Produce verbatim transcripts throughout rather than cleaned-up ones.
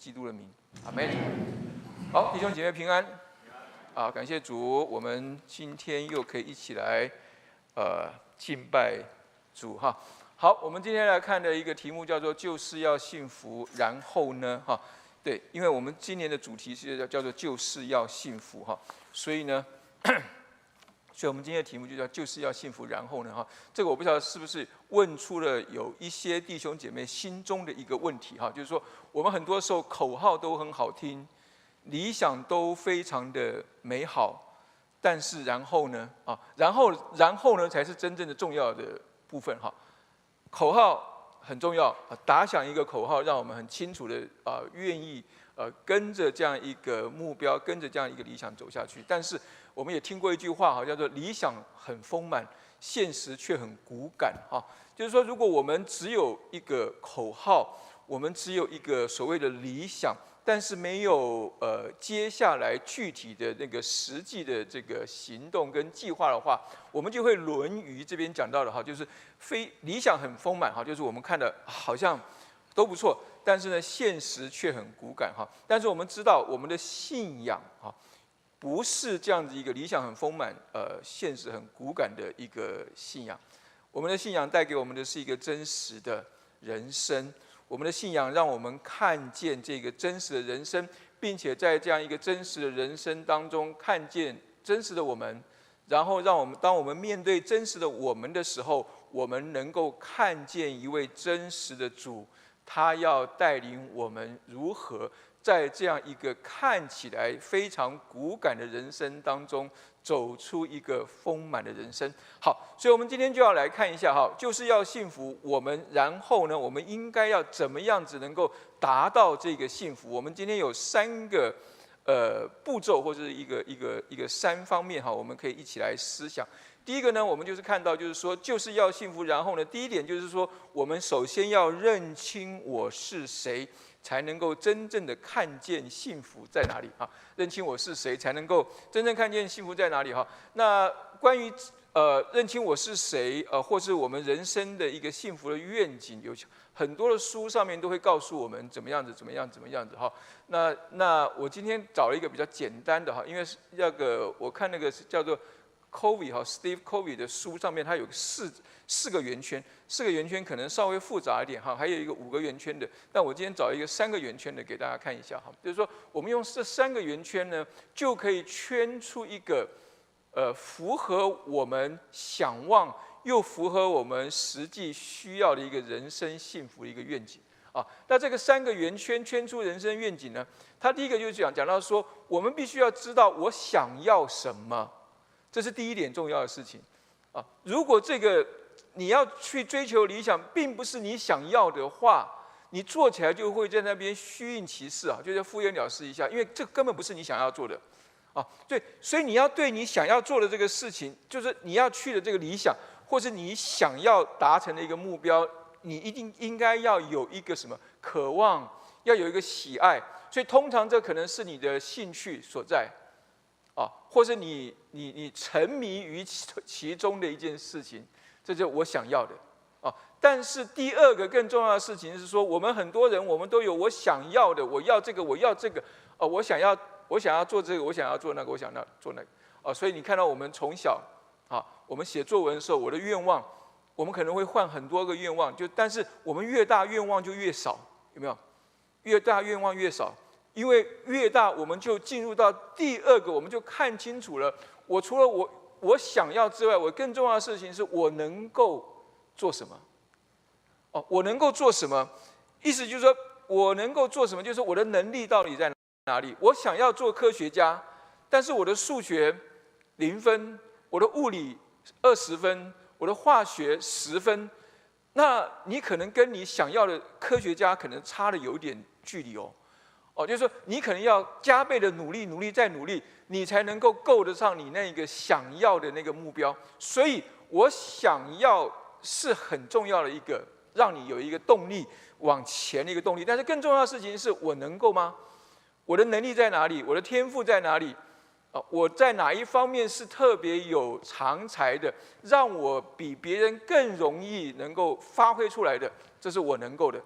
基督的名，阿门。好，弟兄姐妹平安。啊，感谢主，我们今天又可以一起来呃敬拜主哈。好，我们今天来看的一个题目叫做“就是要幸福”，然后呢哈，对，因为我们今年的主题是叫叫做“就是要幸福”哈，所以呢。所以，我们今天的题目就叫“就是要幸福”，然后呢，哈，这个我不知道是不是问出了有一些弟兄姐妹心中的一个问题，哈，就是说，我们很多时候口号都很好听，理想都非常的美好，但是然后呢，啊，然后然后呢，才是真正的重要的部分，哈，口号很重要，打响一个口号，让我们很清楚的啊，愿意呃跟着这样一个目标，跟着这样一个理想走下去，但是。我们也听过一句话，哈，叫做“理想很丰满，现实却很骨感”。哈，就是说，如果我们只有一个口号，我们只有一个所谓的理想，但是没有呃接下来具体的那个实际的这个行动跟计划的话，我们就会沦于这边讲到的哈，就是非理想很丰满哈，就是我们看的好像都不错，但是呢，现实却很骨感哈。但是我们知道，我们的信仰哈。不是这样子一个理想很丰满，呃，现实很骨感的一个信仰。我们的信仰带给我们的是一个真实的人生。我们的信仰让我们看见这个真实的人生，并且在这样一个真实的人生当中看见真实的我们，然后让我们当我们面对真实的我们的时候，我们能够看见一位真实的主，他要带领我们如何。在这样一个看起来非常骨感的人生当中，走出一个丰满的人生。好，所以我们今天就要来看一下哈，就是要幸福。我们然后呢，我们应该要怎么样子能够达到这个幸福？我们今天有三个呃步骤，或者是一个一个一个三方面哈，我们可以一起来思想。第一个呢，我们就是看到，就是说，就是要幸福。然后呢，第一点就是说，我们首先要认清我是谁。才能够真正的看见幸福在哪里啊？认清我是谁，才能够真正看见幸福在哪里哈？那关于呃认清我是谁，呃，或是我们人生的一个幸福的愿景，有很多的书上面都会告诉我们怎么样子，怎么样，怎么样子哈。那那我今天找了一个比较简单的哈，因为那个我看那个叫做 Covey 哈 Steve Covey 的书上面，它有四四个圆圈。四个圆圈可能稍微复杂一点哈，还有一个五个圆圈的。但我今天找一个三个圆圈的给大家看一下哈，就是说我们用这三个圆圈呢，就可以圈出一个呃符合我们想望又符合我们实际需要的一个人生幸福的一个愿景啊。那这个三个圆圈圈出人生愿景呢，它第一个就是讲讲到说，我们必须要知道我想要什么，这是第一点重要的事情啊。如果这个你要去追求理想，并不是你想要的话，你做起来就会在那边虚应其事啊，就是敷衍了事一下，因为这根本不是你想要做的，啊，对，所以你要对你想要做的这个事情，就是你要去的这个理想，或是你想要达成的一个目标，你一定应该要有一个什么渴望，要有一个喜爱，所以通常这可能是你的兴趣所在，啊，或是你你你沉迷于其其中的一件事情。这就是我想要的，啊！但是第二个更重要的事情是说，我们很多人，我们都有我想要的，我要这个，我要这个，哦，我想要，我想要做这个，我想要做那个，我想要做那个，哦，所以你看到我们从小，啊，我们写作文的时候，我的愿望，我们可能会换很多个愿望，就但是我们越大愿望就越少，有没有？越大愿望越少，因为越大我们就进入到第二个，我们就看清楚了，我除了我。我想要之外，我更重要的事情是我能够做什么？哦，我能够做什么？意思就是说我能够做什么？就是说我的能力到底在哪里？我想要做科学家，但是我的数学零分，我的物理二十分，我的化学十分，那你可能跟你想要的科学家可能差的有点距离哦。哦，就是说你可能要加倍的努力，努力再努力，你才能够够得上你那个想要的那个目标。所以，我想要是很重要的一个，让你有一个动力往前的一个动力。但是更重要的事情是我能够吗？我的能力在哪里？我的天赋在哪里？啊，我在哪一方面是特别有长才的，让我比别人更容易能够发挥出来的？这是我能够的。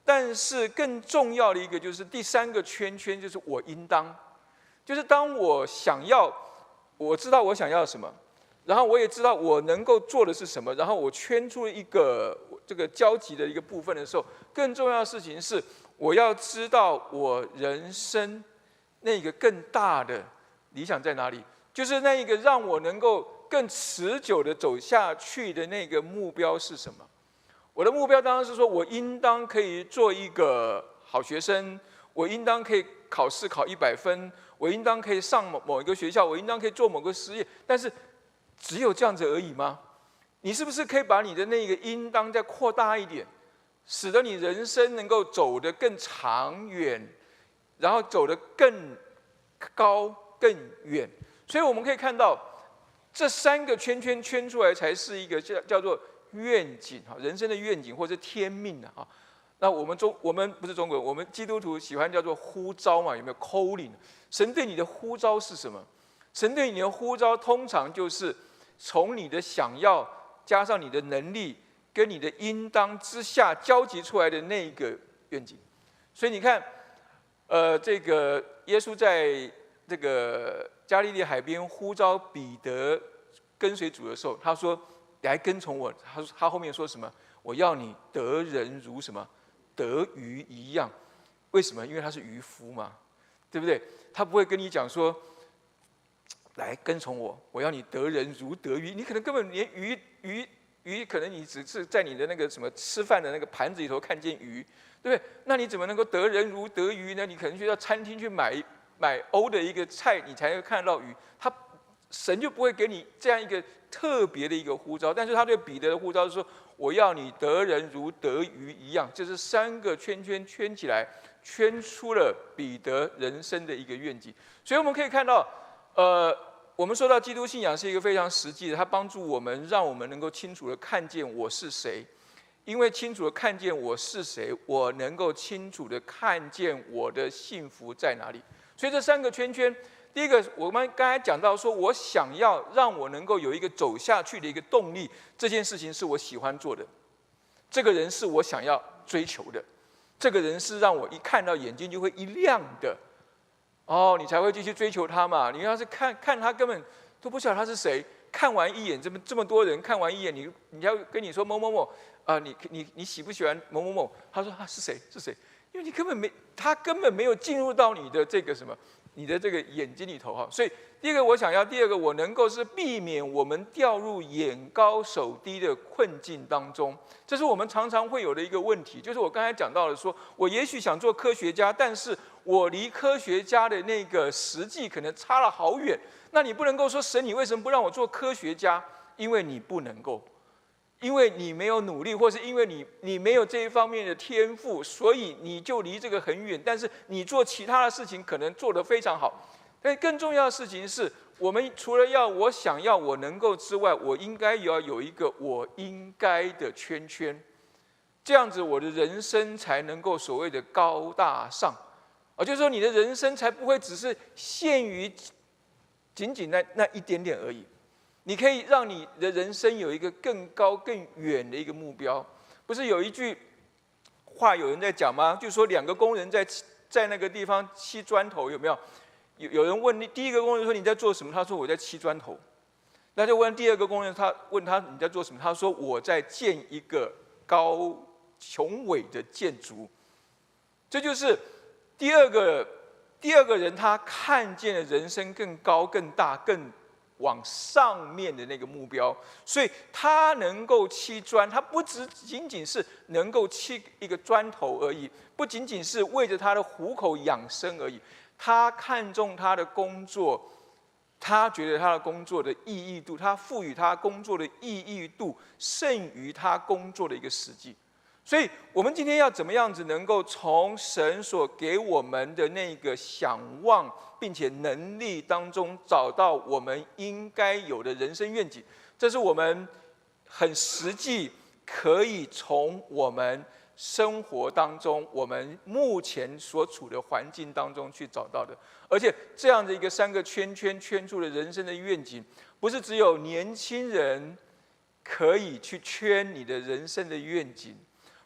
但是更重要的一个就是第三个圈圈，就是我应当，就是当我想要，我知道我想要什么，然后我也知道我能够做的是什么，然后我圈出了一个这个交集的一个部分的时候，更重要的事情是，我要知道我人生那个更大的理想在哪里，就是那一个让我能够更持久的走下去的那个目标是什么。我的目标当然是说，我应当可以做一个好学生，我应当可以考试考一百分，我应当可以上某某一个学校，我应当可以做某个事业。但是，只有这样子而已吗？你是不是可以把你的那个应当再扩大一点，使得你人生能够走得更长远，然后走得更高更远？所以我们可以看到，这三个圈圈圈出来，才是一个叫叫做愿景哈，人生的愿景或者天命啊。那我们中我们不是中国人，我们基督徒喜欢叫做呼召嘛，有没有 calling？ 神对你的呼召是什么？神对你的呼召通常就是从你的想要加上你的能力跟你的应当之下交集出来的那一个愿景。所以你看，呃，这个耶稣在这个加利利海边呼召彼得跟随主的时候，他说：“来跟从我。”他说他后面说什么？我要你得人如什么？得鱼一样。为什么？因为他是渔夫嘛，对不对？他不会跟你讲说，来跟从我，我要你得人如得鱼。你可能根本连鱼鱼鱼，可能你只是在你的那个什么吃饭的那个盘子里头看见鱼，对不对？那你怎么能够得人如得鱼呢？你可能去到餐厅去买买欧的一个菜，你才会看到鱼。他神就不会给你这样一个特别的一个呼召，但是他对彼得的呼召是说，我要你得人如得鱼一样，就是三个圈圈圈起来，圈出了彼得人生的一个愿景。所以我们可以看到，呃，我们说到基督信仰是一个非常实际的，它帮助我们，让我们能够清楚的看见我是谁。因为清楚的看见我是谁，我能够清楚的看见我的幸福在哪里。所以这三个圈圈，第一个，我们刚才讲到说，我想要让我能够有一个走下去的一个动力，这件事情是我喜欢做的，这个人是我想要追求的，这个人是让我一看到眼睛就会一亮的，哦，你才会继续追求他嘛。你要是看看他根本都不晓得他是谁，看完一眼这么这么多人看完一眼，你你要跟你说某某某啊、呃，你你你喜不喜欢某某某？他说他、啊、是谁是谁？因为你根本没他根本没有进入到你的这个什么。你的这个眼睛里头哈，所以第一个我想要，第二个我能够是避免我们掉入眼高手低的困境当中，这是我们常常会有的一个问题。就是我刚才讲到了说，我也许想做科学家，但是我离科学家的那个实际可能差了好远。那你不能够说神，你为什么不让我做科学家？因为你不能够。因为你没有努力，或是因为你你没有这一方面的天赋，所以你就离这个很远。但是你做其他的事情可能做得非常好。但更重要的事情是，我们除了要我想要我能够之外，我应该也要有一个我应该的圈圈，这样子我的人生才能够所谓的高大上。啊，就是说你的人生才不会只是限于仅仅那那一点点而已。你可以让你的人生有一个更高更远的一个目标。不是有一句话有人在讲吗？就是说两个工人在在那个地方砌砖头，有没有？有有人问你，第一个工人说你在做什么？他说我在砌砖头。那就问第二个工人，他问他你在做什么？他说我在建一个高雄伟的建筑。这就是第二个第二个人，他看见了人生更高更大更往上面的那个目标，所以他能够砌砖，他不只仅仅是能够砌一个砖头而已，不仅仅是为着他的糊口养生而已。他看重他的工作，他觉得他的工作的意义度，他赋予他工作的意义度胜于他工作的一个实际。所以我们今天要怎么样子能够从神所给我们的那个想望并且能力当中找到我们应该有的人生愿景？这是我们很实际可以从我们生活当中我们目前所处的环境当中去找到的。而且这样的一个三个圈圈圈出了人生的愿景，不是只有年轻人可以去圈你的人生的愿景，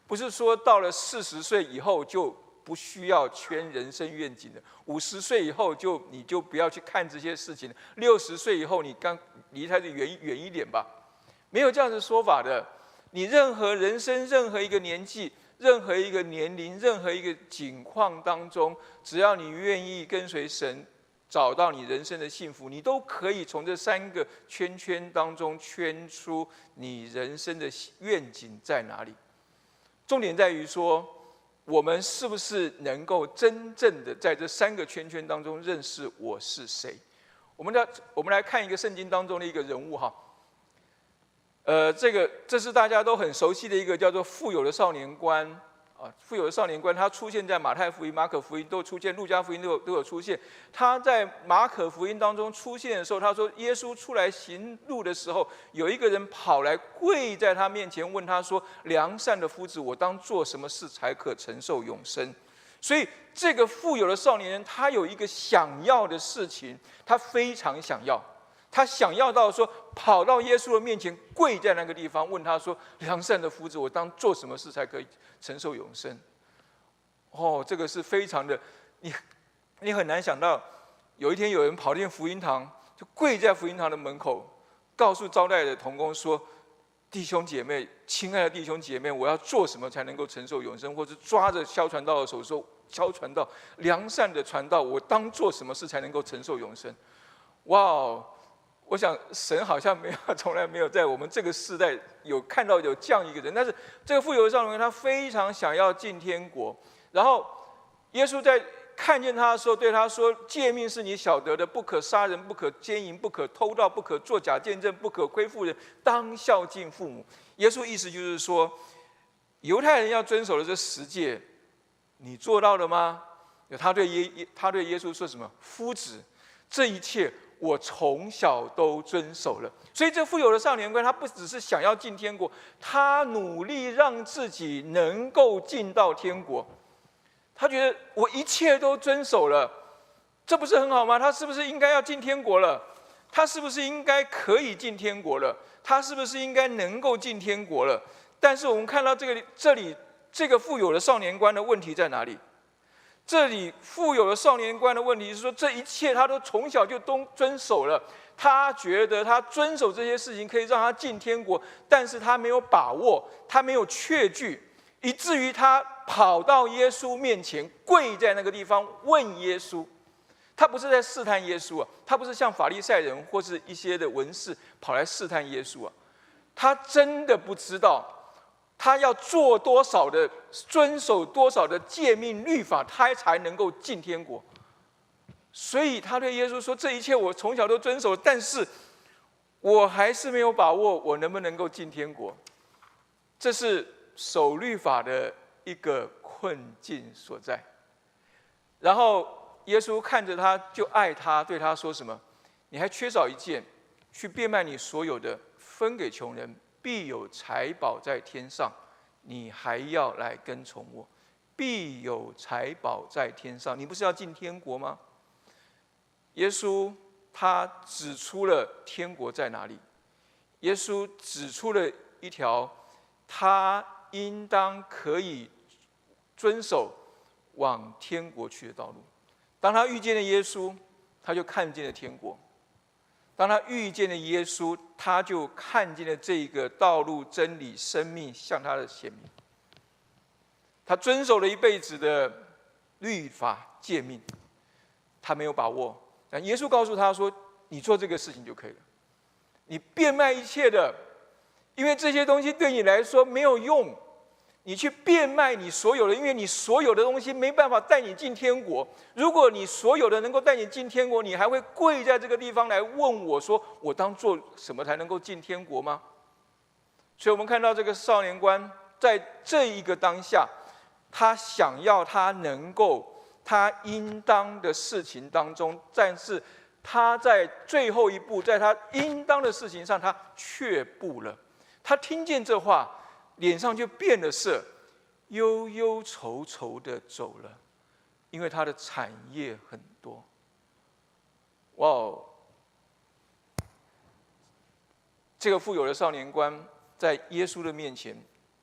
不是说到了四十岁以后就不需要圈人生愿景了，五十岁以后就你就不要去看这些事情了，六十岁以后你刚离它的远远一点吧，没有这样子说法的。你任何人生任何一个年纪、任何一个年龄、任何一个境况当中，只要你愿意跟随神，找到你人生的幸福，你都可以从这三个圈圈当中圈出你人生的愿景在哪里。重点在于说，我们是不是能够真正的在这三个圈圈当中认识我是谁？我们来我们来看一个圣经当中的一个人物哈。呃，这个这是大家都很熟悉的一个叫做富有的少年官啊，富有的少年官，他出现在马太福音、马可福音都出现，路加福音都有都有出现。他在马可福音当中出现的时候，他说耶稣出来行路的时候，有一个人跑来跪在他面前，问他说：“良善的夫子，我当做什么事才可承受永生？”所以这个富有的少年人，他有一个想要的事情，他非常想要。他想要到说，跑到耶稣的面前，跪在那个地方，问他说：“良善的夫子，我当做什么事才可以承受永生？”哦，这个是非常的，你你很难想到，有一天有人跑进福音堂，就跪在福音堂的门口，告诉招待的同工说：“弟兄姐妹，亲爱的弟兄姐妹，我要做什么才能够承受永生？”或者抓着萧传道的手说：“萧传道，良善的传道，我当做什么事才能够承受永生？”哇哦！我想神好像没有，从来没有在我们这个世代有看到有这样一个人。但是这个富有的少年人，他非常想要进天国。然后耶稣在看见他的时候，对他说：“诫命是你晓得的，不可杀人，不可奸淫，不可偷盗，不可作假见证，不可亏负人，当孝敬父母。”耶稣意思就是说，犹太人要遵守的这十诫，你做到了吗？他对耶他对耶稣说什么？夫子，这一切我从小都遵守了。所以这富有的少年官，他不只是想要进天国，他努力让自己能够进到天国。他觉得我一切都遵守了，这不是很好吗？他是不是应该要进天国了？他是不是应该可以进天国了？他是不是应该能够进天国了？但是我们看到这个这里这个富有的少年官的问题在哪里？这里富有的少年官的问题是说，这一切他都从小就都遵守了，他觉得他遵守这些事情可以让他进天国，但是他没有把握，他没有确据，以至于他跑到耶稣面前，跪在那个地方问耶稣。他不是在试探耶稣啊，他不是像法利赛人或是一些的文士跑来试探耶稣啊，他真的不知道。他要做多少的遵守多少的诫命律法，他才能够进天国。所以他对耶稣说：“这一切我从小都遵守，但是我还是没有把握，我能不能够进天国？”这是守律法的一个困境所在。然后耶稣看着他，就爱他，对他说什么？你还缺少一件，去变卖你所有的，分给穷人。必有财宝在天上，你还要来跟从我。必有财宝在天上，你不是要进天国吗？耶稣他指出了天国在哪里，耶稣指出了一条他应当可以遵守往天国去的道路。当他遇见了耶稣，他就看见了天国。当他遇见了耶稣，他就看见了这个道路、真理、生命向他的显明。他遵守了一辈子的律法诫命，他没有把握。但耶稣告诉他说：“你做这个事情就可以了，你变卖一切的，因为这些东西对你来说没有用。你去变卖你所有的，因为你所有的东西没办法带你进天国。如果你所有的能够带你进天国，你还会跪在这个地方来问我说：我当做什么才能够进天国吗？”所以我们看到这个少年官在这一个当下，他想要他能够他应当的事情当中，但是他在最后一步，在他应当的事情上，他却步了。他听见这话，脸上就变了色，忧忧愁愁的走了，因为他的产业很多。哇哦！这个富有的少年官在耶稣的面前，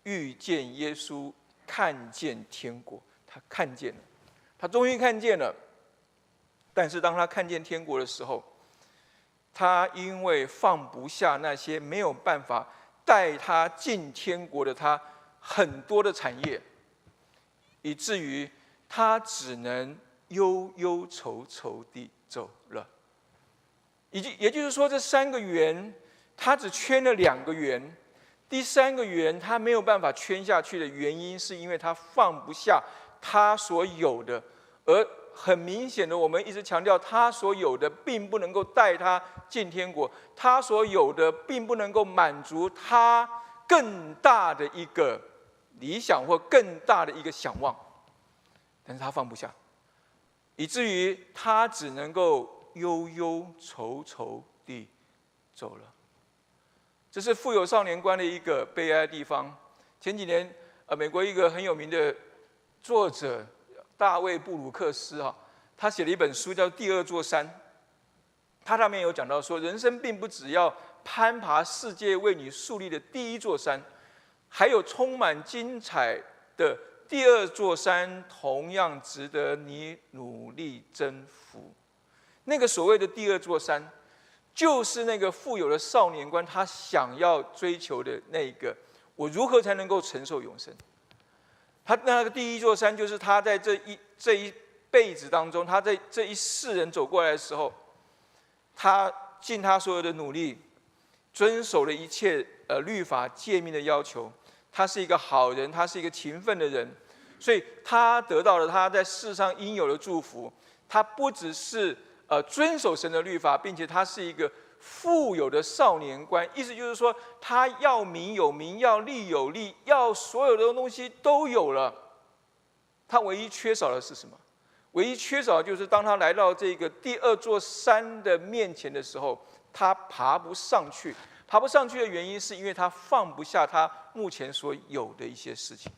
遇见耶稣，看见天国。他看见了，他终于看见了。但是当他看见天国的时候，他因为放不下那些没有办法带他进天国的他很多的产业，以至于他只能忧忧愁愁地走了。也就也就是说，这三个圆，他只圈了两个圆，第三个圆他没有办法圈下去的原因，是因为他放不下他所有的，而很明显的，我们一直强调，他所有的并不能够带他进天国，他所有的并不能够满足他更大的一个理想或更大的一个想望，但是他放不下，以至于他只能够忧忧愁愁地走了。这是富有少年观的一个悲哀的地方。前几年，呃，美国一个很有名的作者大卫·布鲁克斯哈，他写了一本书叫《第二座山》，他上面有讲到说，人生并不只要攀爬世界为你树立的第一座山，还有充满精彩的第二座山，同样值得你努力征服。那个所谓的第二座山，就是那个富有的少年观他想要追求的那个，我如何才能够承受永生？他那个第一座山，就是他在这一这一辈子当中，他在这一世人走过来的时候，他尽他所有的努力，遵守了一切呃律法诫命的要求。他是一个好人，他是一个勤奋的人，所以他得到了他在世上应有的祝福。他不只是呃遵守神的律法，并且他是一个富有的少年观，意思就是说，他要名有名，要利有利，要所有的东西都有了。他唯一缺少的是什么？唯一缺少的就是当他来到这个第二座山的面前的时候，他爬不上去。爬不上去的原因，是因为他放不下他目前所有的一些事情。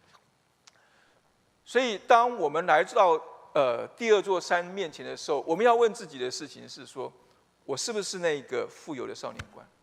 所以，当我们来到呃第二座山面前的时候，我们要问自己的事情是说，我是不是那个富有的少年观？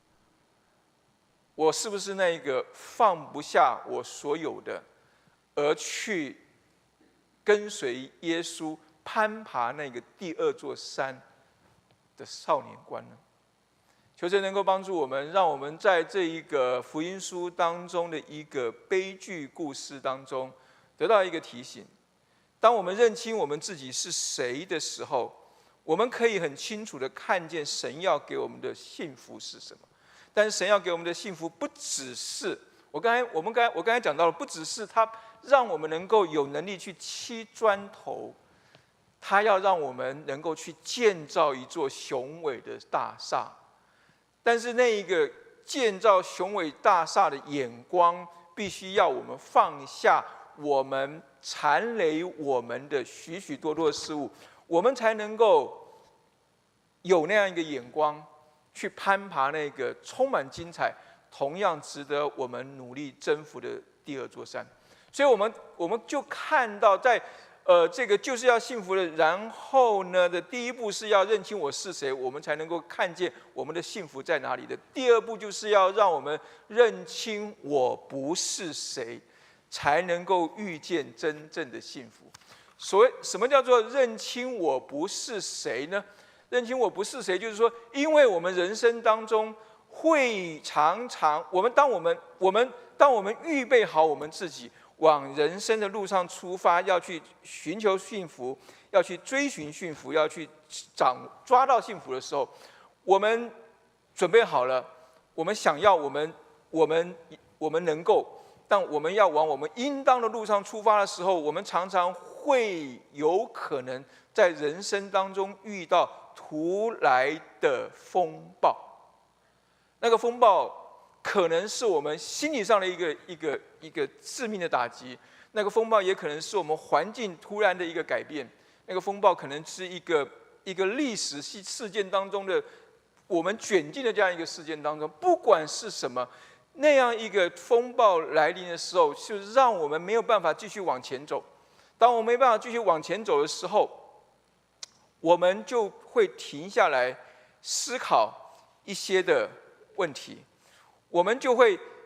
我是不是那个放不下我所有的，而去跟随耶稣攀爬那个第二座山的少年观呢？求神能够帮助我们，让我们在这一个福音书当中的一个悲剧故事当中，得到一个提醒。当我们认清我们自己是谁的时候，我们可以很清楚地看见神要给我们的幸福是什么。但是神要给我们的幸福，不只是我刚才我们刚才我刚才讲到了，不只是他让我们能够有能力去砌砖头，他要让我们能够去建造一座雄伟的大厦。但是那一个建造雄伟大厦的眼光，必须要我们放下我们缠累我们的许许多多的事物，我们才能够有那样一个眼光，去攀爬那个充满精彩、同样值得我们努力征服的第二座山。所以，我们我们就看到在，呃，这个就是要幸福的。然后呢的第一步是要认清我是谁，我们才能够看见我们的幸福在哪里的。第二步就是要让我们认清我不是谁，才能够遇见真正的幸福。所谓什么叫做认清我不是谁呢？认清我不是谁，就是说，因为我们人生当中会常常，我们当我们我们当我们预备好我们自己，往人生的路上出发，要去寻求幸福，要去追寻幸福，要去掌抓到幸福的时候，我们准备好了，我们想要，我们我们我们能够，但我们要往我们应当的路上出发的时候，我们常常会有可能在人生当中遇到突来的风暴。那个风暴可能是我们心理上的一个一个一个致命的打击，那个风暴也可能是我们环境突然的一个改变，那个风暴可能是一个一个历史事件当中的我们卷进的这样一个事件当中，不管是什么，那样一个风暴来临的时候，就让我们没有办法继续往前走。当我们没办法继续往前走的时候，我们就会停下来思考一些的问题。我们就会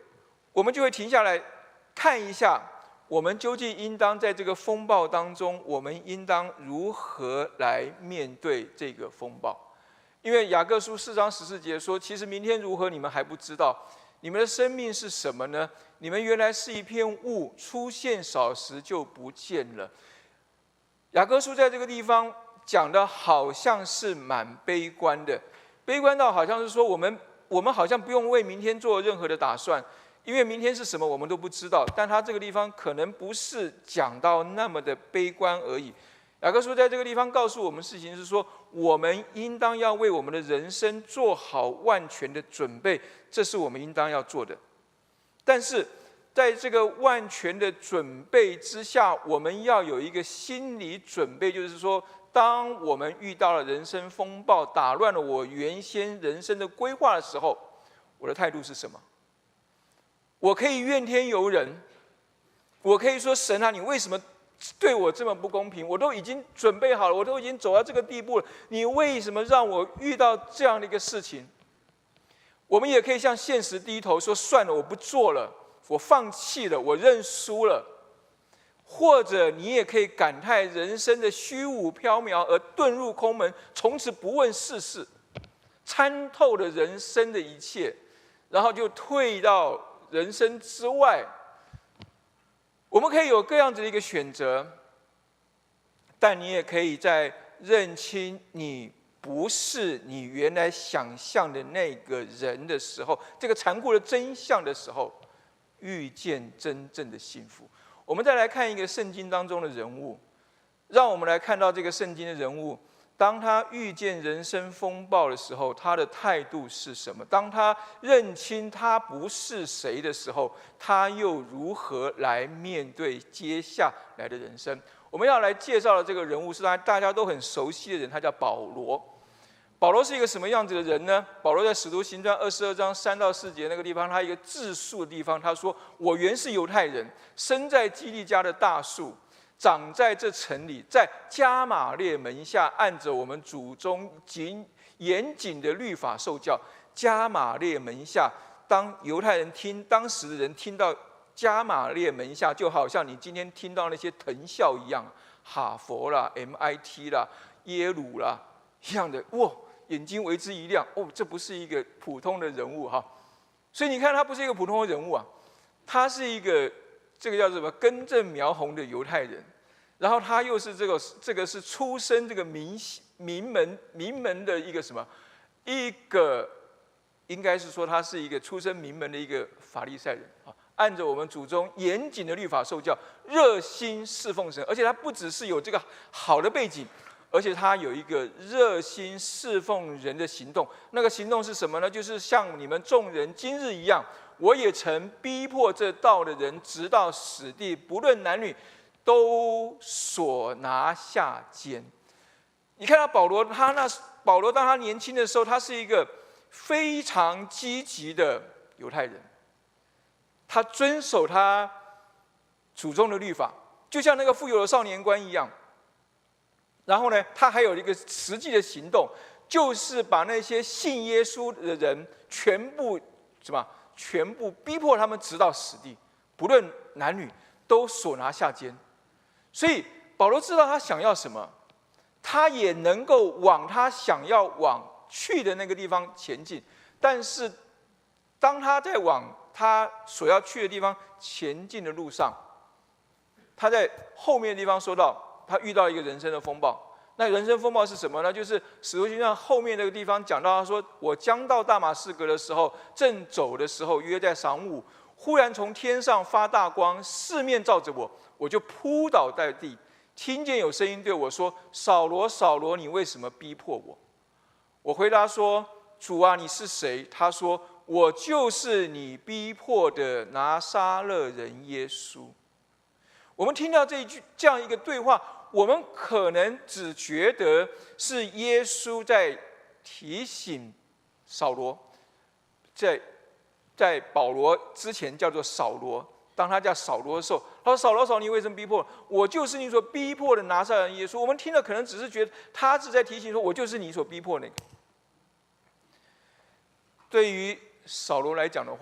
我们就会停下来看一下，我们究竟应当在这个风暴当中，我们应当如何来面对这个风暴？因为雅各书四章十四节说，其实明天如何你们还不知道，你们的生命是什么呢？你们原来是一片雾，出现少时就不见了。雅各书在这个地方讲的好像是蛮悲观的，悲观到好像是说我们我们好像不用为明天做任何的打算，因为明天是什么我们都不知道。但他这个地方可能不是讲到那么的悲观而已。雅各书在这个地方告诉我们事情是说，我们应当要为我们的人生做好万全的准备，这是我们应当要做的。但是在这个万全的准备之下，我们要有一个心理准备，就是说，当我们遇到了人生风暴，打乱了我原先人生的规划的时候，我的态度是什么？我可以怨天尤人，我可以说神啊，你为什么对我这么不公平？我都已经准备好了，我都已经走到这个地步了，你为什么让我遇到这样的一个事情？我们也可以向现实低头，说算了，我不做了，我放弃了，我认输了。或者你也可以感叹人生的虚无缥缈，而遁入空门，从此不问世事，参透了人生的一切，然后就退到人生之外。我们可以有各样子的一个选择，但你也可以在认清你不是你原来想象的那个人的时候，这个残酷的真相的时候，遇见真正的幸福。我们再来看一个圣经当中的人物，让我们来看到这个圣经的人物，当他遇见人生风暴的时候，他的态度是什么？当他认清他不是谁的时候，他又如何来面对接下来的人生？我们要来介绍的这个人物是大家都很熟悉的人，他叫保罗。保罗是一个什么样子的人呢？保罗在使徒行传二十二章三到四节那个地方，他一个自述的地方，他说：“我原是犹太人，生在基利家的大树，长在这城里，在加玛列门下，按着我们祖宗谨严谨的律法受教。加玛列门下，当犹太人听，当时的人听到加玛列门下，就好像你今天听到那些藤校一样，哈佛啦、M I T 啦、耶鲁啦一样的，哇！”眼睛为之一亮，哦，这不是一个普通的人物哈，所以你看他不是一个普通的人物啊，他是一个这个叫什么根正苗红的犹太人，然后他又是这个这个是出身这个名名门名门的一个什么一个，应该是说他是一个出身名门的一个法利赛人啊，按着我们祖宗严谨的律法受教，热心侍奉神，而且他不只是有这个好的背景。而且他有一个热心侍奉人的行动，那个行动是什么呢？就是像你们众人今日一样，我也曾逼迫这道的人，直到死地，不论男女，都所拿下监。你看到保罗，他那保罗当他年轻的时候，他是一个非常积极的犹太人，他遵守他祖宗的律法，就像那个富有的少年官一样。然后呢，他还有一个实际的行动，就是把那些信耶稣的人全部什么，全部逼迫他们直到死地，不论男女，都所拿下监。所以保罗知道他想要什么，他也能够往他想要往去的那个地方前进。但是，当他在往他所要去的地方前进的路上，他在后面的地方说到，他遇到一个人生的风暴。那人生风暴是什么呢？就是使徒行传后面那个地方讲到，他说：“我将到大马士革的时候，正走的时候，约在晌午，忽然从天上发大光，四面照着我，我就扑倒在地，听见有声音对我说：‘扫罗，扫罗，你为什么逼迫我？’我回答说：‘主啊，你是谁？’他说：‘我就是你逼迫的拿撒勒人耶稣。’我们听到这一句这样一个对话。我们可能只觉得是耶稣在提醒扫罗，在在保罗之前叫做扫罗，当他叫扫罗的时候，他说：“扫罗，扫罗，你为什么逼迫？我就是你所逼迫的拿撒勒人耶稣。”我们听了可能只是觉得他是在提醒说：“我就是你所逼迫那个。”对于扫罗来讲的话，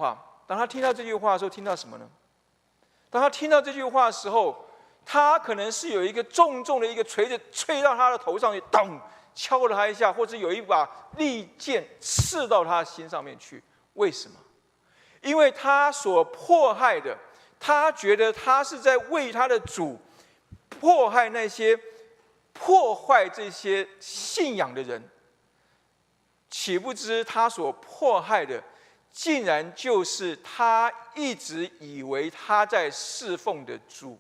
当他听到这句话的时候，听到什么呢？当他听到这句话的时候，他可能是有一个重重的一个锤子吹到他的头上去，咚，敲了他一下，或者有一把利剑刺到他心上面去。为什么？因为他所迫害的，他觉得他是在为他的主迫害那些破坏这些信仰的人，岂不知他所迫害的，竟然就是他一直以为他在侍奉的主。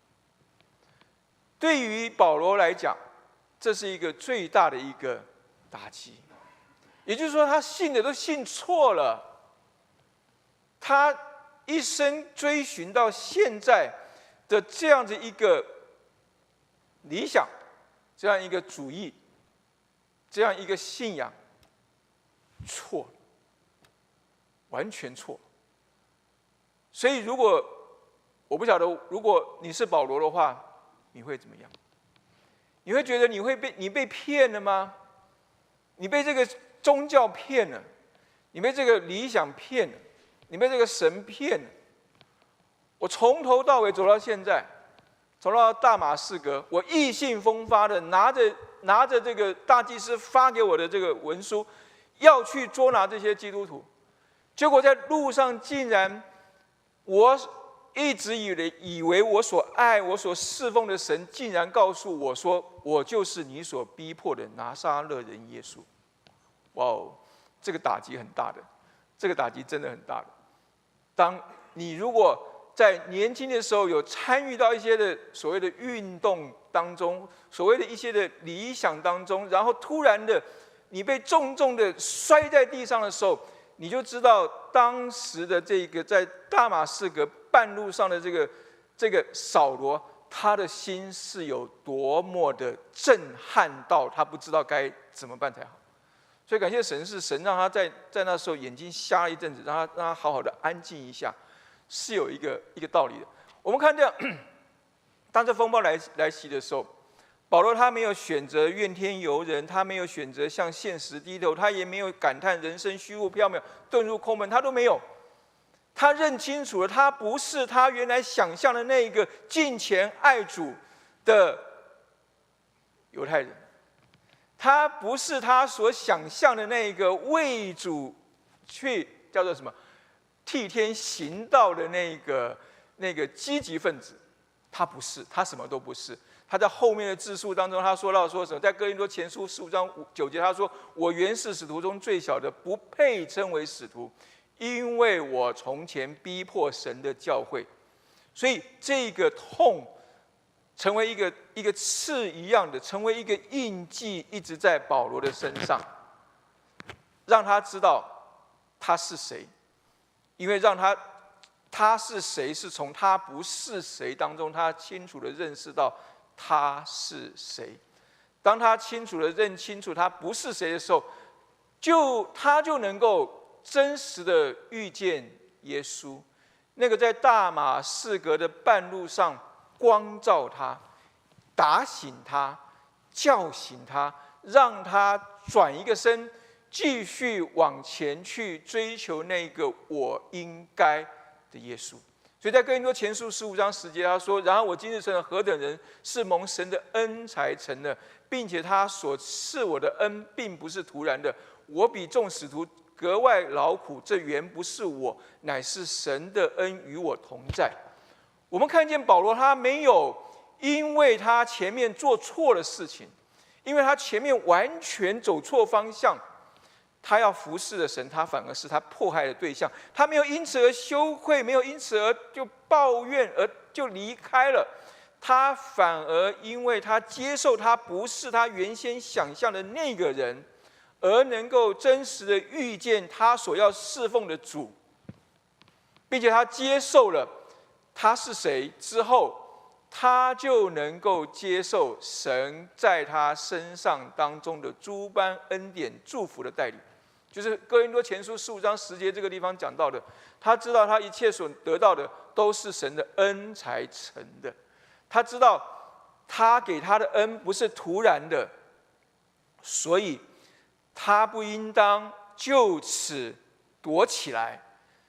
对于保罗来讲，这是一个最大的一个打击。也就是说，他信的都信错了。他一生追寻到现在的这样子一个理想，这样一个主义，这样一个信仰，错了，完全错。所以，如果我不晓得，如果你是保罗的话，你会怎么样？你会觉得你会被你被骗了吗？你被这个宗教骗了，你被这个理想骗了，你被这个神骗了。我从头到尾走到现在，走到大马士革，我意兴风发的拿着拿着这个大祭司发给我的这个文书，要去捉拿这些基督徒，结果在路上竟然，我一直以为以为我所爱、我所侍奉的神，竟然告诉我说，我就是你所逼迫的拿撒勒人耶稣。哇哦，这个打击很大的，这个打击真的很大的。当你如果在年轻的时候有参与到一些的所谓的运动当中，所谓的一些的理想当中，然后突然的你被重重的摔在地上的时候，你就知道当时的这个在大马士革半路上的这个这个扫罗，他的心是有多么的震撼到他不知道该怎么办才好。所以感谢神，是神让他在在那时候眼睛瞎了一阵子，让他让他好好的安静一下，是有一个一个道理的。我们看这样，当这风暴来来袭的时候，保罗他没有选择怨天尤人，他没有选择向现实低头，他也没有感叹人生虚无缥缈、遁入空门，他都没有。他认清楚了，他不是他原来想象的那一个敬虔爱主的犹太人。他不是他所想象的那个为主去叫做什么替天行道的那个那个积极分子，他不是，他什么都不是。他在后面的字数当中，他说到说什么？在哥林多前书十五章九节，他说：“我原是使徒中最小的，不配称为使徒，因为我从前逼迫神的教会。”所以这个痛成为一个一个刺一样的，成为一个印记，一直在保罗的身上，让他知道他是谁，因为让他他是谁，是从他不是谁当中，他清楚的认识到他是谁。当他清楚的认清楚他不是谁的时候，就他就能够真实的遇见耶稣，那个在大马士革的半路上光照他，打醒他，叫醒他，让他转一个身，继续往前去追求那个我应该的耶稣。所以在哥林多前书十五章十节，他说：“然而我今日成了何等人，是蒙神的恩才成的，并且他所赐我的恩，并不是突然的。我比众使徒格外劳苦，这原不是我，乃是神的恩与我同在。”我们看见保罗，他没有因为他前面做错了事情，因为他前面完全走错方向，他要服侍的神，他反而是他迫害的对象。他没有因此而羞愧，没有因此而就抱怨，而就离开了。他反而因为他接受他不是他原先想象的那个人，而能够真实的遇见他所要侍奉的主，并且他接受了他是谁之后，他就能够接受神在他身上当中的诸般恩典祝福的带领。就是哥林多前书十五章十节这个地方讲到的，他知道他一切所得到的都是神的恩才成的，他知道他给他的恩不是突然的，所以他不应当就此躲起来，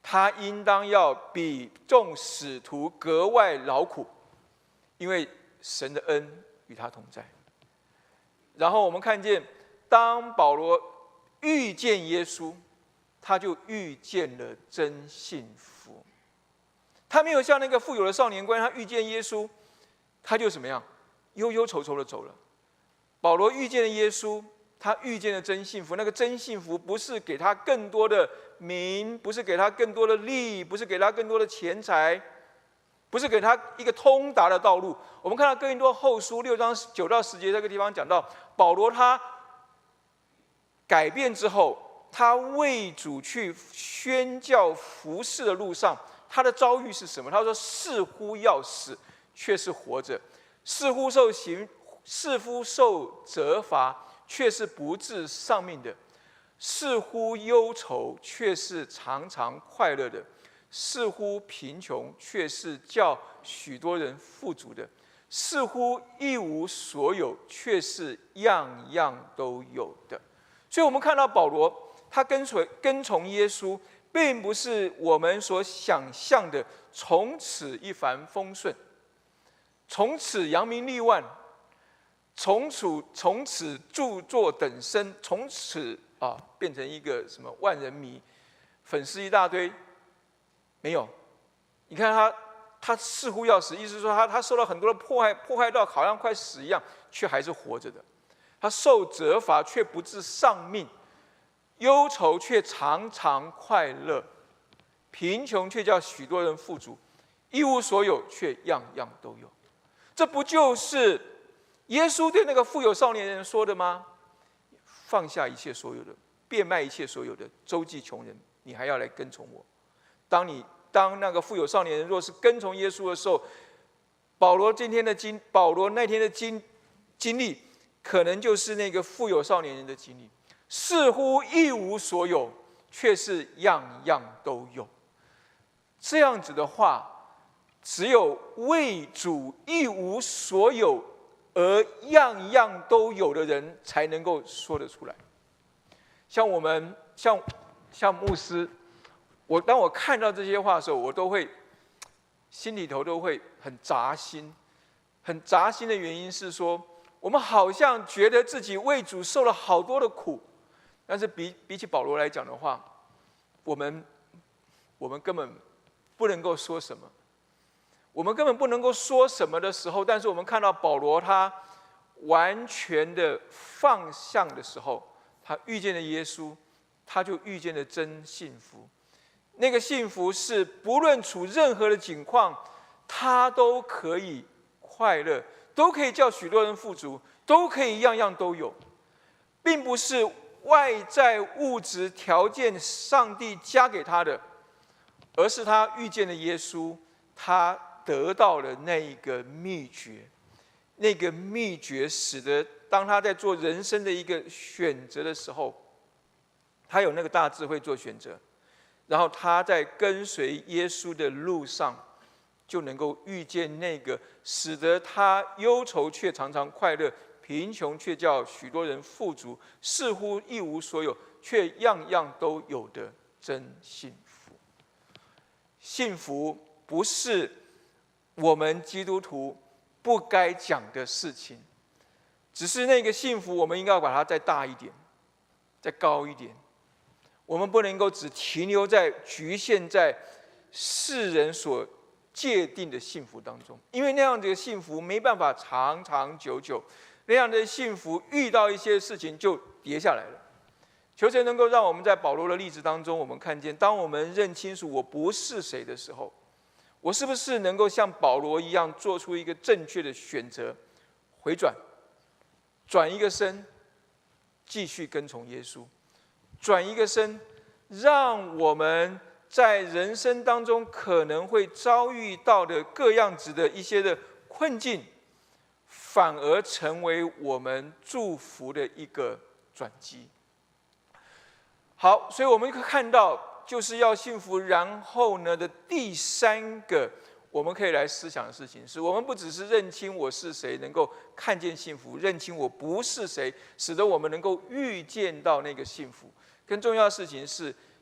他应当要比众使徒格外劳苦，因为神的恩与他同在。然后我们看见，当保罗遇见耶稣，他就遇见了真幸福。他没有像那个富有的少年官，他遇见耶稣，他就怎么样，忧忧愁愁的走了。保罗遇见了耶稣，他遇见了真幸福。那个真幸福不是给他更多的名，不是给他更多的利，不是给他更多的钱财，不是给他一个通达的道路。我们看到哥林多后书六章九到十节这个地方讲到，保罗他改变之后，他为主去宣教服事的路上，他的遭遇是什么？他说：“似乎要死，却是活着；似乎受刑，似乎受责罚，却是不致丧命的；似乎忧愁，却是常常快乐的；似乎贫穷，却是叫许多人富足的；似乎一无所有，却是样样都有的。”所以，我们看到保罗他跟随跟从耶稣，并不是我们所想象的从此一帆风顺，从此扬名立万，从此从此著作等身，从此啊变成一个什么万人迷，粉丝一大堆。没有，你看他，他似乎要死，意思是说他他受到很多的迫害，迫害到好像快死一样，却还是活着的。他受责罚，却不致丧命；忧愁，却常常快乐；贫穷，却叫许多人富足；一无所有，却样样都有。这不就是耶稣对那个富有少年人说的吗？放下一切所有的，变卖一切所有的，周济穷人，你还要来跟从我。当你当那个富有少年人若是跟从耶稣的时候，保罗今天的经，保罗那天的经经历，可能就是那个富有少年人的经历。似乎一无所有，却是样样都有。这样子的话，只有为主一无所有而样样都有的人，才能够说得出来。像我们，像像牧师，我当我看到这些话的时候，我都会心里头都会很扎心。很扎心的原因是说，我们好像觉得自己为主受了好多的苦，但是比比起保罗来讲的话，我们我们根本不能够说什么，我们根本不能够说什么的时候，但是我们看到保罗他完全的放下的时候，他遇见了耶稣，他就遇见了真幸福。那个幸福是不论处任何的境况，他都可以快乐，都可以叫许多人富足，都可以样样都有，并不是外在物质条件上帝加给他的，而是他遇见了耶稣，他得到了那一个秘诀。那个秘诀使得当他在做人生的一个选择的时候，他有那个大智慧做选择，然后他在跟随耶稣的路上，就能够遇见那个使得他忧愁却常常快乐，贫穷却叫许多人富足，似乎一无所有，却样样都有的真幸福。幸福不是我们基督徒不该讲的事情，只是那个幸福，我们应该要把它再大一点，再高一点。我们不能够只停留在局限在世人所界定的幸福当中，因为那样的幸福没办法长长久久，那样的幸福遇到一些事情就跌下来了。求神能够让我们在保罗的例子当中，我们看见，当我们认清楚我不是谁的时候，我是不是能够像保罗一样做出一个正确的选择，回转，转一个身，继续跟从耶稣，转一个身，让我们在人生当中可能会遭遇到的各样子的一些的困境，反而成为我们祝福的一个转机。好，所以我们可以看到，就是要幸福，然后呢的第三个我们可以来思想的事情是，我们不只是认清我是谁，能够看见幸福，认清我不是谁，使得我们能够预见到那个幸福。更重要的事情是，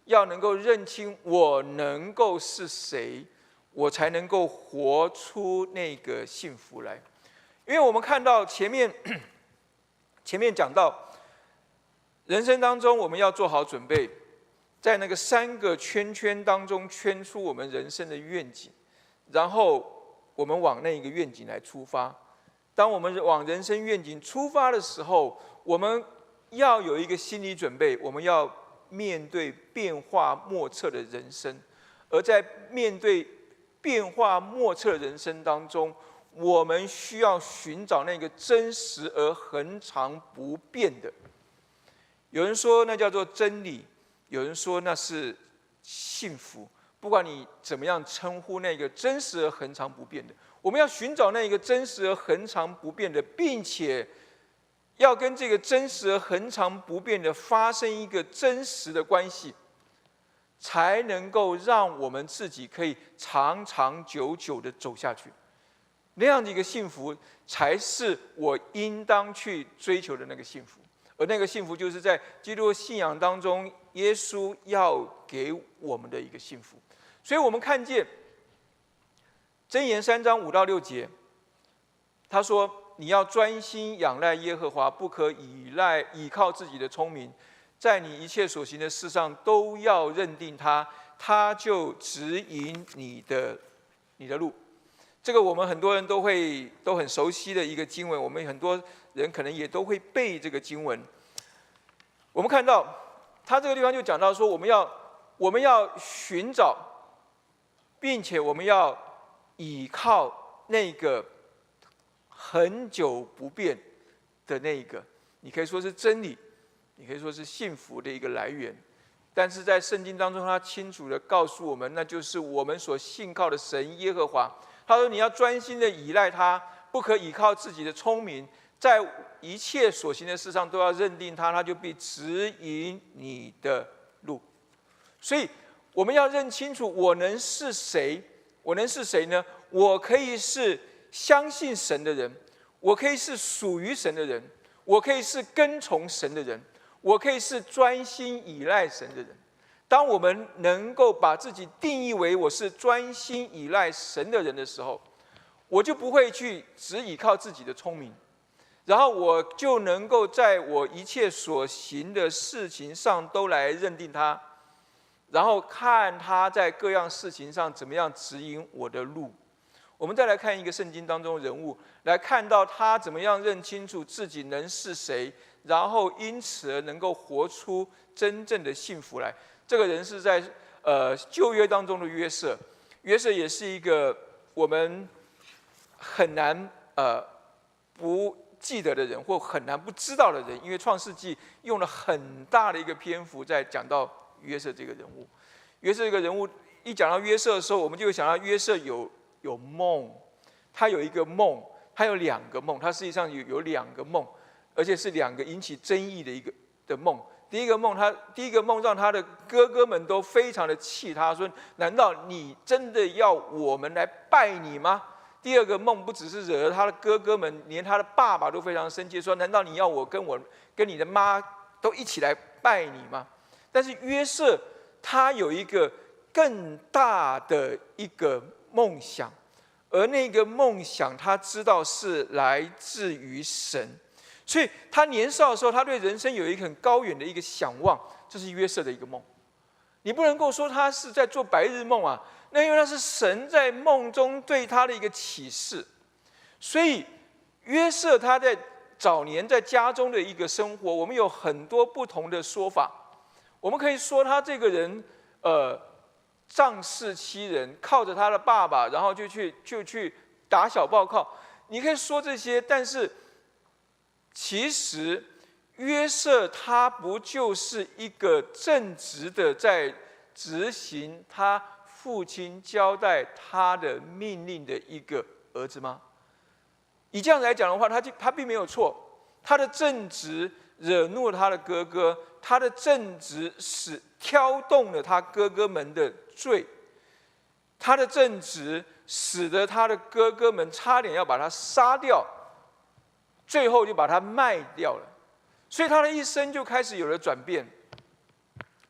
要能够认清我能够是谁，我才能够活出那个幸福来。因为我们看到前面前面讲到，人生当中我们要做好准备，在那个三个圈圈当中圈出我们人生的愿景，然后我们往那个愿景来出发。当我们往人生愿景出发的时候，我们要有一个心理准备，我们要面对变化莫测的人生。而在面对变化莫测的人生当中，我们需要寻找那个真实而恒常不变的。有人说那叫做真理，有人说那是幸福。不管你怎么样称呼那个真实而恒常不变的，我们要寻找那个真实而恒常不变的，并且要跟这个真实而恒常不变的发生一个真实的关系，才能够让我们自己可以长长久久的走下去。那样的一个幸福，才是我应当去追求的那个幸福。而那个幸福，就是在基督信仰当中，耶稣要给我们的一个幸福。所以我们看见箴言三章五到六节，他说：“你要专心仰赖耶和华，不可依赖依靠自己的聪明，在你一切所行的事上都要认定他，他就指引你的你的路。”这个我们很多人都会都很熟悉的一个经文，我们很多人可能也都会背这个经文。我们看到他这个地方就讲到说，我们要我们要寻找，并且我们要倚靠那个很久不变的那个，你可以说是真理，你可以说是幸福的一个来源。但是在圣经当中，他清楚地告诉我们，那就是我们所信靠的神耶和华。他说：“你要专心的依赖他，不可依靠自己的聪明，在一切所行的事上都要认定他，他就必指引你的路。”所以我们要认清楚，我能是谁？我能是谁呢？我可以是相信神的人，我可以是属于神的人，我可以是跟从神的人，我可以是专心依赖神的人。当我们能够把自己定义为我是专心依赖神的人的时候，我就不会去只依靠自己的聪明，然后我就能够在我一切所行的事情上都来认定他，然后看他在各样事情上怎么样指引我的路。我们再来看一个圣经当中的人物，来看到他怎么样认清楚自己能是谁，然后因此而能够活出真正的幸福来。这个人是在呃旧约当中的约瑟，约瑟也是一个我们很难呃不记得的人，或很难不知道的人，因为创世纪用了很大的一个篇幅在讲到约瑟这个人物。约瑟这个人物一讲到约瑟的时候，我们就会想到约瑟有有梦，他有一个梦，他有两个梦，他实际上有有两个梦，而且是两个引起争议的一个的梦。第一个梦，他第一个梦让他的哥哥们都非常的气他，说：“难道你真的要我们来拜你吗？”第二个梦不只是惹了他的哥哥们，连他的爸爸都非常生气，说：“难道你要我跟我跟你的妈都一起来拜你吗？”但是约瑟他有一个更大的一个梦想，而那个梦想他知道是来自于神。所以他年少的时候，他对人生有一个很高远的一个想望，这是约瑟的一个梦。你不能够说他是在做白日梦啊，那因为那是神在梦中对他的一个启示。所以约瑟他在早年在家中的一个生活，我们有很多不同的说法。我们可以说他这个人，呃，仗势欺人，靠着他的爸爸，然后就去就去打小报告。你可以说这些，但是其实约瑟他不就是一个正直的在执行他父亲交代他的命令的一个儿子吗？以这样来讲的话，他他并没有错。他的正直惹怒了他的哥哥，他的正直使挑动了他哥哥们的罪，他的正直使得他的哥哥们差点要把他杀掉，最后就把他卖掉了。所以他的一生就开始有了转变。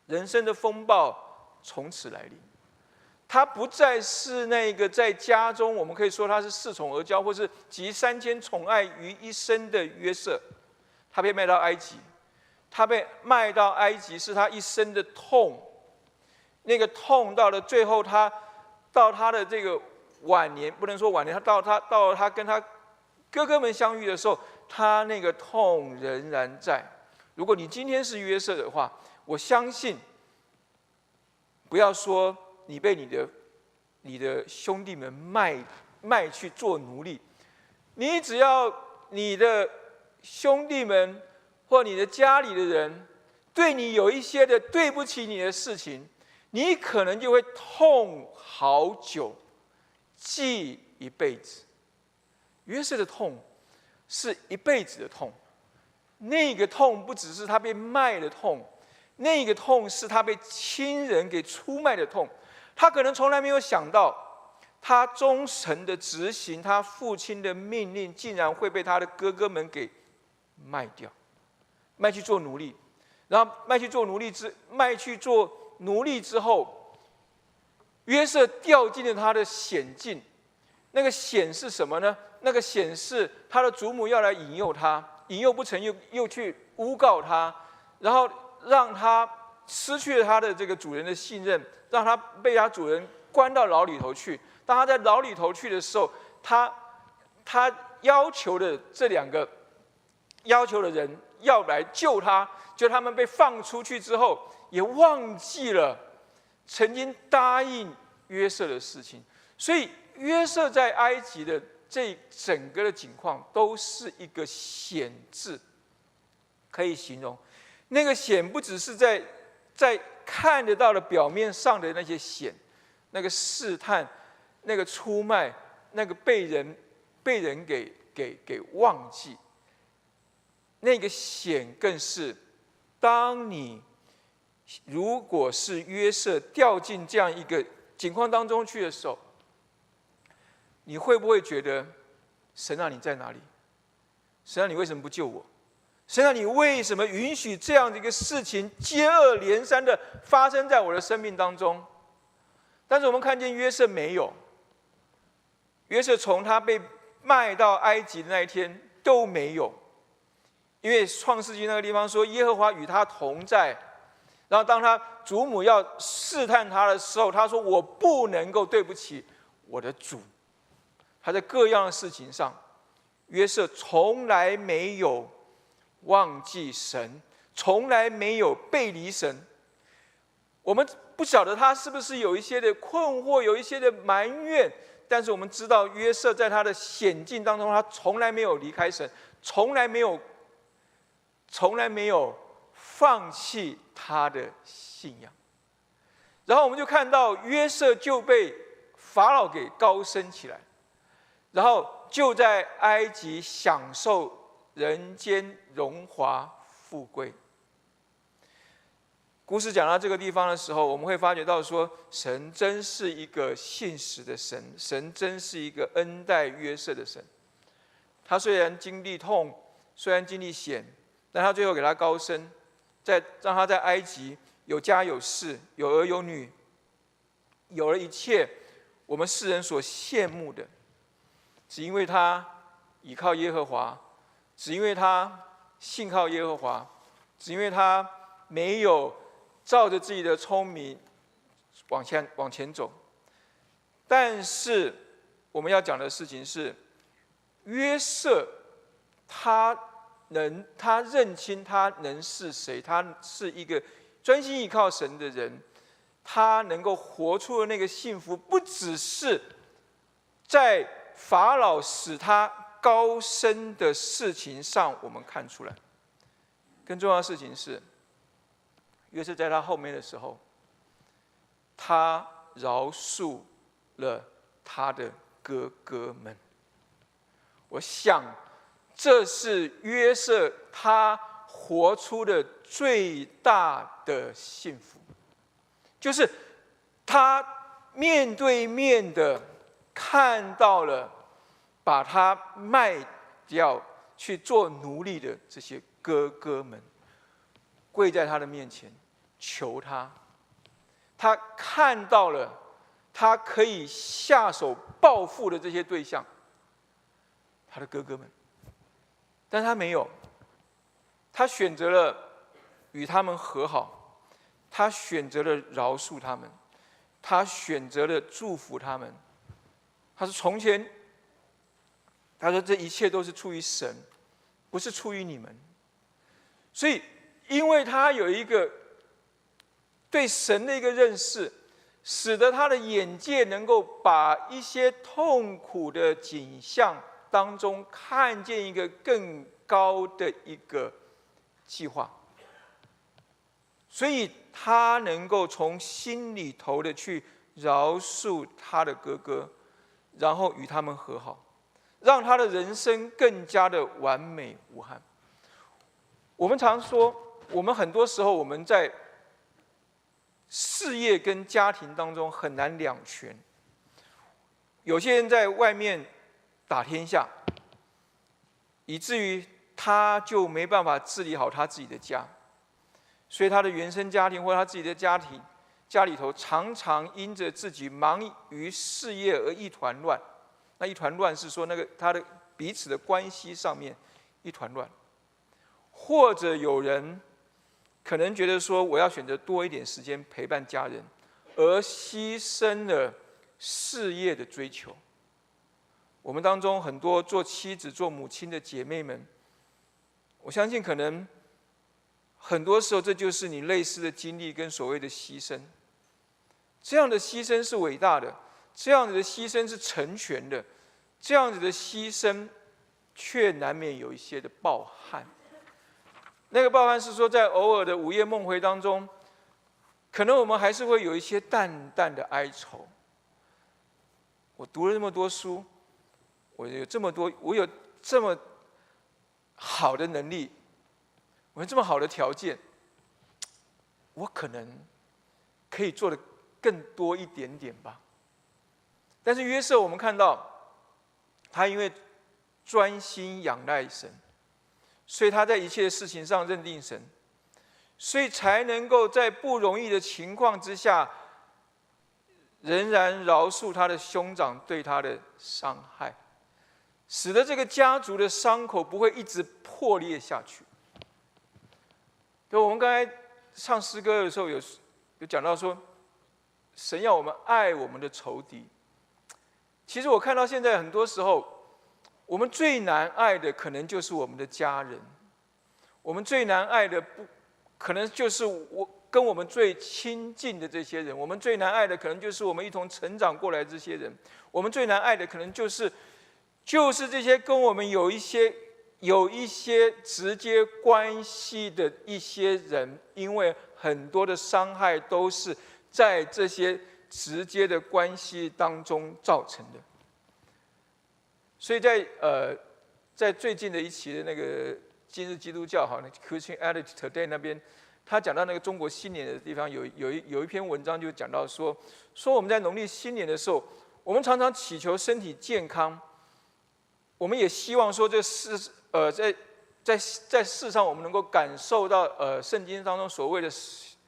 人生的风暴从此来临。他不再是那个在家中，我们可以说他是恃宠而骄，或是集三千宠爱于一身的约瑟。他被卖到埃及，他被卖到埃及是他一生的痛。那个痛到了最后，他到他的这个晚年，不能说晚年，他到他到了他跟他哥哥们相遇的时候，他那个痛仍然在。如果你今天是约瑟的话，我相信，不要说你被你的你的兄弟们卖卖去做奴隶，你只要你的兄弟们或你的家里的人对你有一些的对不起你的事情，你可能就会痛好久，记一辈子。约瑟的痛是一辈子的痛，那个痛不只是他被卖的痛，那个痛是他被亲人给出卖的痛。他可能从来没有想到，他忠诚的执行他父亲的命令，竟然会被他的哥哥们给卖掉，卖去做奴隶。然后卖去做奴隶之卖去做奴隶之后，约瑟掉进了他的险境。那个险是什么呢？那个险是他的祖母要来引诱他，引诱不成又又去诬告他，然后让他失去了他的这个主人的信任，让他被他主人关到牢里头去。当他在牢里头去的时候，他他要求的这两个要求的人要来救他，就他们被放出去之后，也忘记了曾经答应约瑟的事情。所以约瑟在埃及的这整个的景况，都是一个险字，可以形容。那个险不只是在在看得到的表面上的那些险，那个试探，那个出卖，那个被人被人给给给忘记，那个险更是，当你如果是约瑟掉进这样一个境况当中去的时候，你会不会觉得神啊，你在哪里？神啊，你为什么不救我？神啊，你为什么允许这样的一个事情接二连三的发生在我的生命当中？但是我们看见约瑟没有，约瑟从他被卖到埃及的那一天都没有，因为创世纪那个地方说耶和华与他同在。然后当他祖母要试探他的时候，他说我不能够对不起我的主。他在各样的事情上，约瑟从来没有忘记神，从来没有背离神。我们不晓得他是不是有一些的困惑，有一些的埋怨，但是我们知道约瑟在他的险境当中，他从来没有离开神，从来没有从来没有放弃他的信仰。然后我们就看到约瑟就被法老给高升起来，然后就在埃及享受人间荣华富贵。故事讲到这个地方的时候，我们会发觉到说，神真是一个信实的神，神真是一个恩待约瑟的神。他虽然经历痛，虽然经历险，但他最后给他高升，在让他在埃及有家有室，有儿有女，有了一切我们世人所羡慕的。只因为他倚靠耶和华，只因为他信靠耶和华，只因为他没有照着自己的聪明往前往前走。但是我们要讲的事情是，约瑟他能他认清他能是谁，他是一个专心依靠神的人，他能够活出的那个幸福，不只是在法老使他高升的事情上我们看出来，更重要的事情是，约瑟在他后面的时候，他饶恕了他的哥哥们。我想这是约瑟他活出的最大的幸福，就是他面对面的看到了把他卖掉去做奴隶的这些哥哥们，跪在他的面前， 求他，他看到了他可以下手报复的这些对象，他的哥哥们，但他没有，他选择了与他们和好，他选择了饶恕他们，他选择了祝福他们。他说：“从前，他说这一切都是出于神，不是出于你们。”所以，因为他有一个对神的一个认识，使得他的眼界能够把一些痛苦的景象当中看见一个更高的一个计划，所以他能够从心里头的去饶恕他的哥哥，然后与他们和好，让他的人生更加的完美无憾。我们常说，我们很多时候我们在事业跟家庭当中很难两全。有些人在外面打天下，以至于他就没办法治理好他自己的家，所以他的原生家庭或他自己的家庭家里头常常因着自己忙于事业而一团乱。那一团乱是说那个他的彼此的关系上面一团乱。或者有人可能觉得说，我要选择多一点时间陪伴家人，而牺牲了事业的追求。我们当中很多做妻子、做母亲的姐妹们，我相信可能很多时候这就是你类似的经历跟所谓的牺牲。这样的牺牲是伟大的，这样子的牺牲是成全的，这样子的牺牲却难免有一些的抱憾。那个抱憾是说，在偶尔的午夜梦回当中，可能我们还是会有一些淡淡的哀愁。我读了这么多书，我有这么多，我有这么好的能力，我有这么好的条件，我可能可以做的更多一点点吧。但是约瑟，我们看到他因为专心仰赖神，所以他在一切的事情上认定神，所以才能够在不容易的情况之下，仍然饶恕他的兄长对他的伤害，使得这个家族的伤口不会一直破裂下去。就我们刚才唱诗歌的时候有有讲到说，神要我们爱我们的仇敌。其实我看到现在很多时候，我们最难爱的可能就是我们的家人，我们最难爱的不可能就是我跟我们最亲近的这些人，我们最难爱的可能就是我们一同成长过来的这些人，我们最难爱的可能就是就是这些跟我们有一些有一些直接关系的一些人，因为很多的伤害都是在这些直接的关系当中造成的。所以在呃，在最近的一期的那个今日基督教哈，那 Christian Edit Today 那边，他讲到那个中国新年的地方，有有一有一篇文章就讲到说，说我们在农历新年的时候，我们常常祈求身体健康，我们也希望说这世呃在在在世上我们能够感受到呃圣经当中所谓的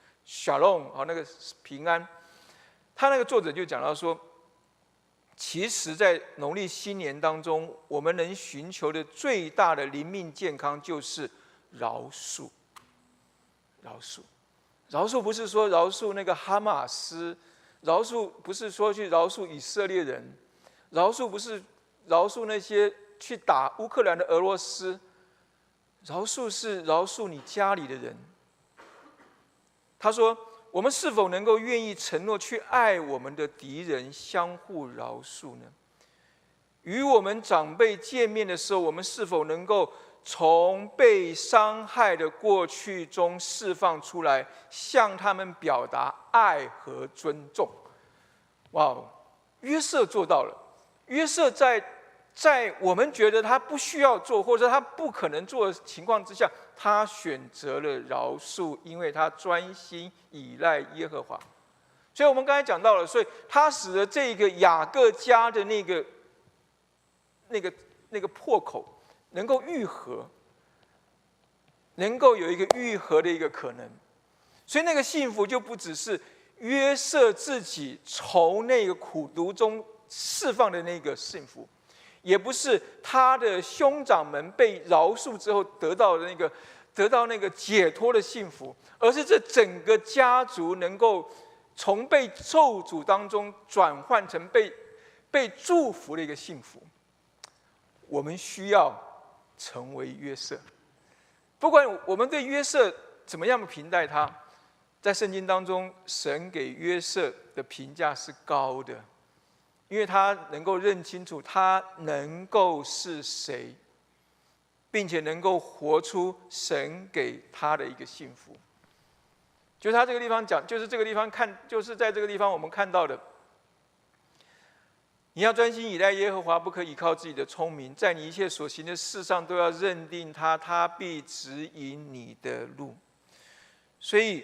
shalom 好那个平安。他那个作者就讲到说，其实，在农历新年当中，我们能寻求的最大的灵命健康就是饶恕。饶恕，饶恕不是说饶恕那个哈马斯，饶恕不是说去饶恕以色列人，饶恕不是饶恕那些去打乌克兰的俄罗斯，饶恕是饶恕你家里的人。他说，我们是否能够愿意承诺去爱我们的敌人，相互饶恕呢？与我们长辈见面的时候，我们是否能够从被伤害的过去中释放出来，向他们表达爱和尊重？哇，约瑟做到了。约瑟在在我们觉得他不需要做，或者他不可能做的情况之下，他选择了饶恕，因为他专心倚赖耶和华。所以我们刚才讲到了，所以他使得这个雅各家的那个那个那个破口能够愈合，能够有一个愈合的一个可能。 所以那个幸福就不只是约瑟自己从那个苦毒中释放的那个幸福，也不是他的兄长们被饶恕之后得到的那个得到那个解脱的幸福，而是这整个家族能够从被咒诅当中转换成被被祝福的一个幸福。我们需要成为约瑟，不管我们对约瑟怎么样评待他，在圣经当中，神给约瑟的评价是高的，因为他能够认清楚他能够是谁，并且能够活出神给他的一个幸福。就是他这个地方讲，就是这个地方看，就是在这个地方我们看到的，你要专心倚赖耶和华，不可倚靠自己的聪明，在你一切所行的事上都要认定他，他必指引你的路。所以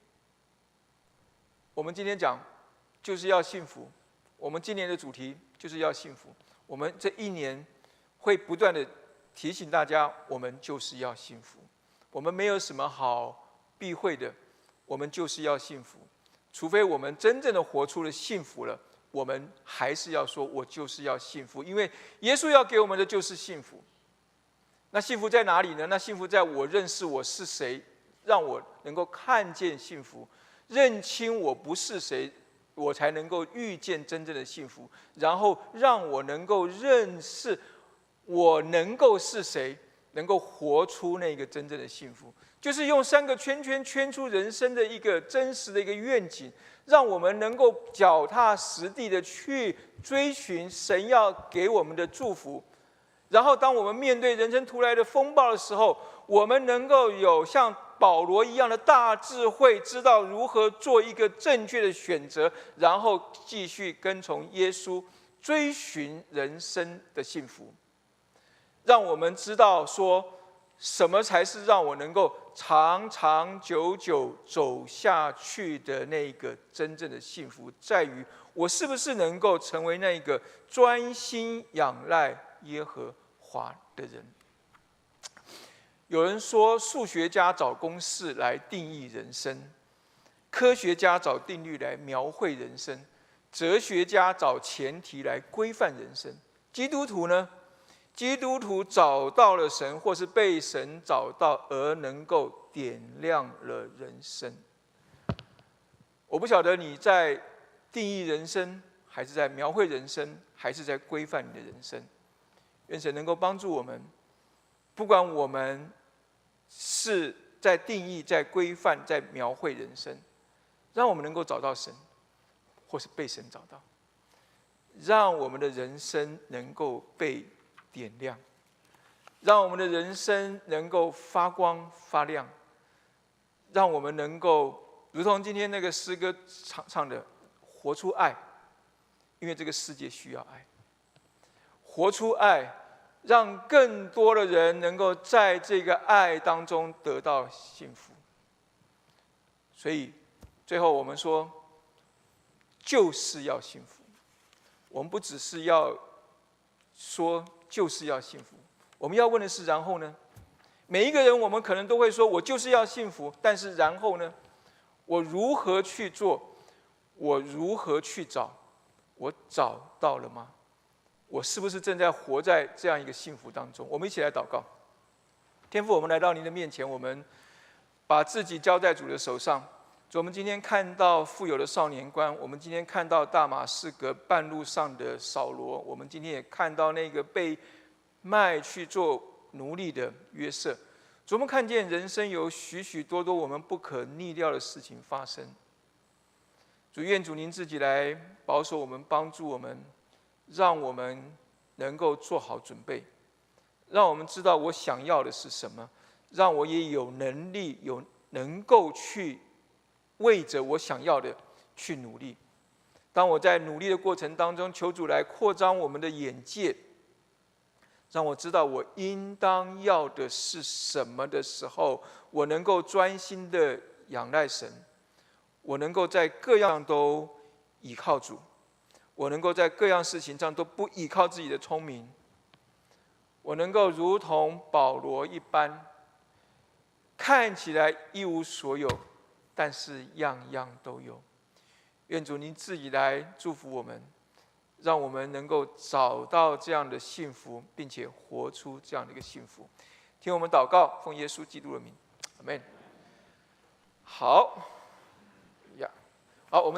我们今天讲就是要幸福，我们今年的主题就是要幸福。我们这一年会不断的提醒大家，我们就是要幸福。我们没有什么好避讳的，我们就是要幸福。除非我们真正的活出了幸福了，我们还是要说，我就是要幸福，因为耶稣要给我们的就是幸福。那幸福在哪里呢？那幸福在我认识我是谁，让我能够看见幸福。认清我不是谁，我才能够遇见真正的幸福，然后让我能够认识我能够是谁，能够活出那个真正的幸福。就是用三个圈圈圈出人生的一个真实的一个愿景，让我们能够脚踏实地的去追寻神要给我们的祝福。然后当我们面对人生突来的风暴的时候，我们能够有像保罗一样的大智慧，知道如何做一个正确的选择，然后继续跟从耶稣，追寻人生的幸福。让我们知道说，什么才是让我能够长长久久走下去的那个真正的幸福，在于我是不是能够成为那个专心仰赖耶和华的人。有人说，数学家找公式来定义人生，科学家找定律来描绘人生，哲学家找前提来规范人生。基督徒呢？基督徒找到了神，或是被神找到，而能够点亮了人生。我不晓得你在定义人生，还是在描绘人生，还是在规范你的人生。愿神能够帮助我们，不管我们是在定义、在规范、在描绘人生，让我们能够找到神，或是被神找到，让我们的人生能够被点亮，让我们的人生能够发光发亮，让我们能够如同今天那个诗歌唱唱的，活出爱，因为这个世界需要爱，活出爱，让更多的人能够在这个爱当中得到幸福。所以最后我们说，就是要幸福。我们不只是要说就是要幸福，我们要问的是然后呢？每一个人我们可能都会说，我就是要幸福，但是然后呢？我如何去做？我如何去找？我找到了吗？我是不是正在活在这样一个幸福当中？我们一起来祷告。天父，我们来到您的面前，我们把自己交在主的手上。主，我们今天看到富有的少年官，我们今天看到大马士革半路上的扫罗，我们今天也看到那个被卖去做奴隶的约瑟。主，我们看见人生有许许多多我们不可逆料的事情发生。主，愿主您自己来保守我们，帮助我们，让我们能够做好准备，让我们知道我想要的是什么，让我也有能力，有能够去为着我想要的去努力。当我在努力的过程当中，求主来扩张我们的眼界，让我知道我应当要的是什么的时候，我能够专心的仰赖神，我能够在各样都倚靠主，我能够在各样事情上都不依靠自己的聪明，我能够如同保罗一般，看起来一无所有， 但是样样都有。愿主您自己来祝福我们，让我们能够找到这样的幸福，并且活出这样的一个幸福。听我们祷告，奉耶稣基督的名，阿们。好。